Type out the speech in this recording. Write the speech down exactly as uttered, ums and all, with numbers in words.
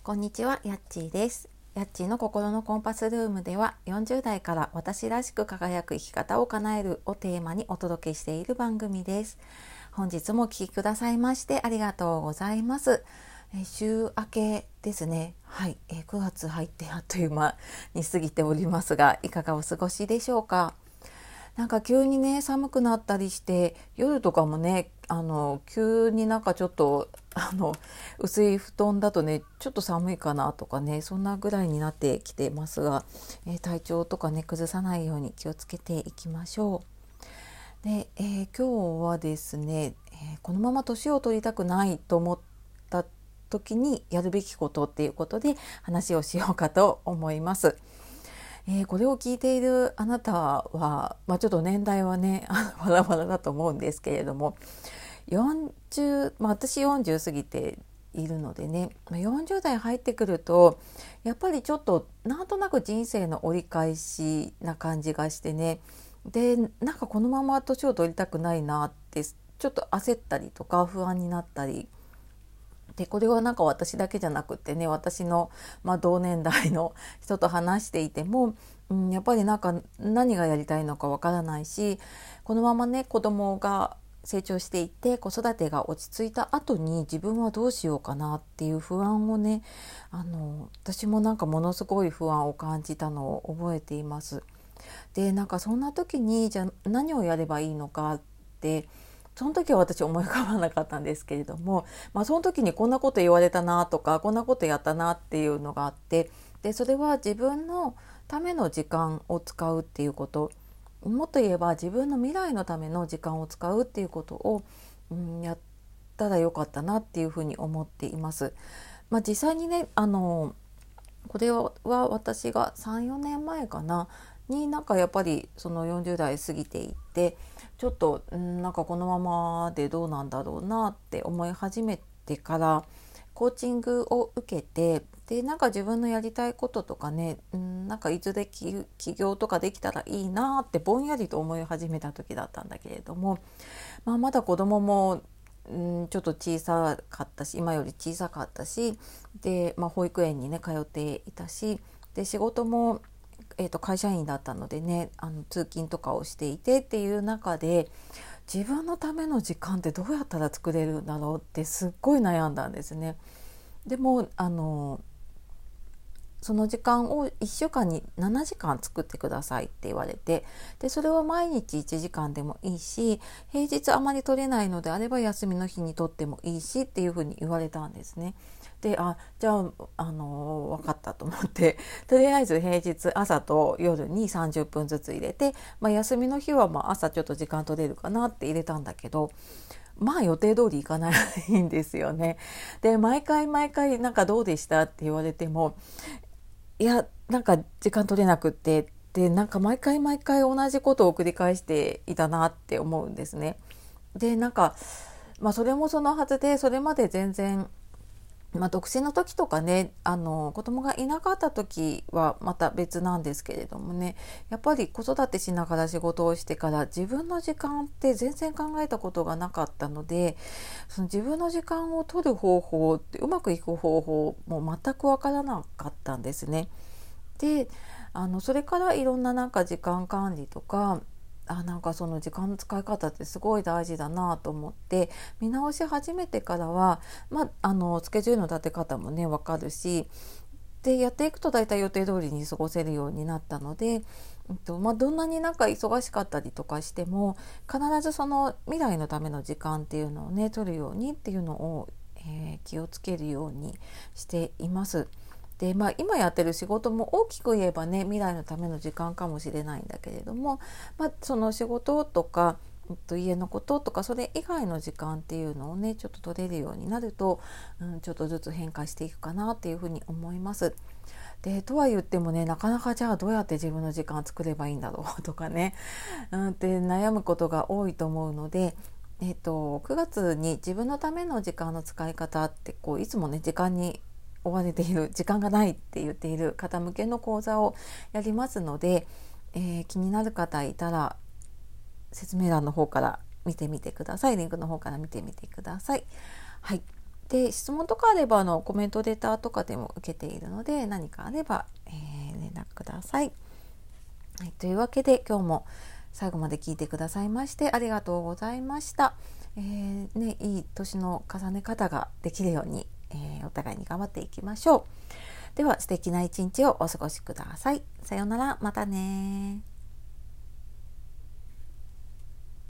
こんにちは、やっちーです。やっちーの心のコンパスルームでは、よんじゅう代から私らしく輝く生き方を叶えるをテーマにお届けしている番組です。本日もお聞きくださいましてありがとうございます。え週明けですね。はい、えくがつ入ってあっという間に過ぎておりますが、いかがお過ごしでしょうか。なんか急にね寒くなったりして、夜とかもねあの急になんかちょっとあの薄い布団だとねちょっと寒いかなとかね、そんなぐらいになってきてますが、えー体調とかね崩さないように気をつけていきましょう。で、えー今日はですね、えーこのまま年を取りたくないと思った時にやるべきことっていうことで話をしようかと思います。えーこれを聞いているあなたは、まあ、ちょっと年代はねあのバラバラだと思うんですけれども、よんじゅう、まあ、私よんじゅう過ぎているのでね、まあよんじゅう代入ってくるとやっぱりちょっとなんとなく人生の折り返しな感じがしてね、でなんかこのまま年を取りたくないなってちょっと焦ったりとか不安になったりで、これはなんか私だけじゃなくてね、私の、まあ、同年代の人と話していても、うん、やっぱりなんか何がやりたいのかわからないし、このままね子供が成長していって子育てが落ち着いた後に自分はどうしようかなっていう不安をね、あの私もなんかものすごい不安を感じたのを覚えています。で、なんかそんな時にじゃあ何をやればいいのかってその時は私思い浮かばなかったんですけれども、まあ、その時にこんなこと言われたなとかこんなことやったなっていうのがあって、でそれは自分のための時間を使うっていうこと、もっと言えば自分の未来のための時間を使うっていうことを、うん、やったらよかったなっていうふうに思っています。まあ、実際にねあのこれは私がさん、よねんまえかなになんかやっぱりそのよんじゅう代過ぎていってちょっとんなんかこのままでどうなんだろうなって思い始めてからコーチングを受けて、でなんか自分のやりたいこととかね、んなんかいずれ起業とかできたらいいなってぼんやりと思い始めた時だったんだけれども、まあ、まだ子供もんちょっと小さかったし、今より小さかったし、で、まあ、保育園にね通っていたし、で仕事も、えーと、会社員だったのでねあの通勤とかをしていてっていう中で、自分のための時間ってどうやったら作れるんだろうってすっごい悩んだんですね。でもあのその時間をいっしゅうかんにななじかん作ってくださいって言われて、でそれは毎日いちじかんでもいいし、平日あまり取れないのであれば休みの日に取ってもいいしっていうふうに言われたんですね。で、あ、じゃあ、あの分かったと思ってとりあえず平日朝と夜にさんじゅっぷんずつ入れて、まあ、休みの日はまあ朝ちょっと時間取れるかなって入れたんだけど、まあ予定通りいかないんですよね。で毎回毎回なんかどうでしたって言われても、いやなんか時間取れなくって、でなんか毎回毎回同じことを繰り返していたなって思うんですね。でなんか、まあ、それもそのはずで、それまで全然、まあ、独身の時とかねあの子供がいなかった時はまた別なんですけれどもね、やっぱり子育てしながら仕事をしてから自分の時間って全然考えたことがなかったので、その自分の時間を取る方法ってうまくいく方法も全くわからなかったんですね。であのそれからいろんななんか時間管理とか、あなんかその時間の使い方ってすごい大事だなと思って見直し始めてからは、まあ、あのスケジュールの立て方もね分かるし、でやっていくと大体予定通りに過ごせるようになったので、えっとまあ、どんなになんか忙しかったりとかしても必ずその未来のための時間っていうのをね取るようにっていうのを、えー気をつけるようにしています。でまあ、今やってる仕事も大きく言えばね未来のための時間かもしれないんだけれども、まあ、その仕事とか、えっと、家のこととかそれ以外の時間っていうのをねちょっと取れるようになると、うん、ちょっとずつ変化していくかなっていうふうに思います。でとは言ってもねなかなかじゃあどうやって自分の時間作ればいいんだろうとかね、うん、って悩むことが多いと思うので、えっと、くがつに自分のための時間の使い方ってこういつもね時間に追われている、時間がないって言っている方向けの講座をやりますので、えー、気になる方いたら説明欄の方から見てみてください。リンクの方から見てみてください。はい。 で質問とかあればあのコメントレターとかでも受けているので、何かあれば、えー、連絡ください。はい、というわけで今日も最後まで聞いてくださいましてありがとうございました。えーね、いい年の重ね方ができるように、えー、お互いに頑張っていきましょう。では素敵な一日をお過ごしください。さようなら、またね。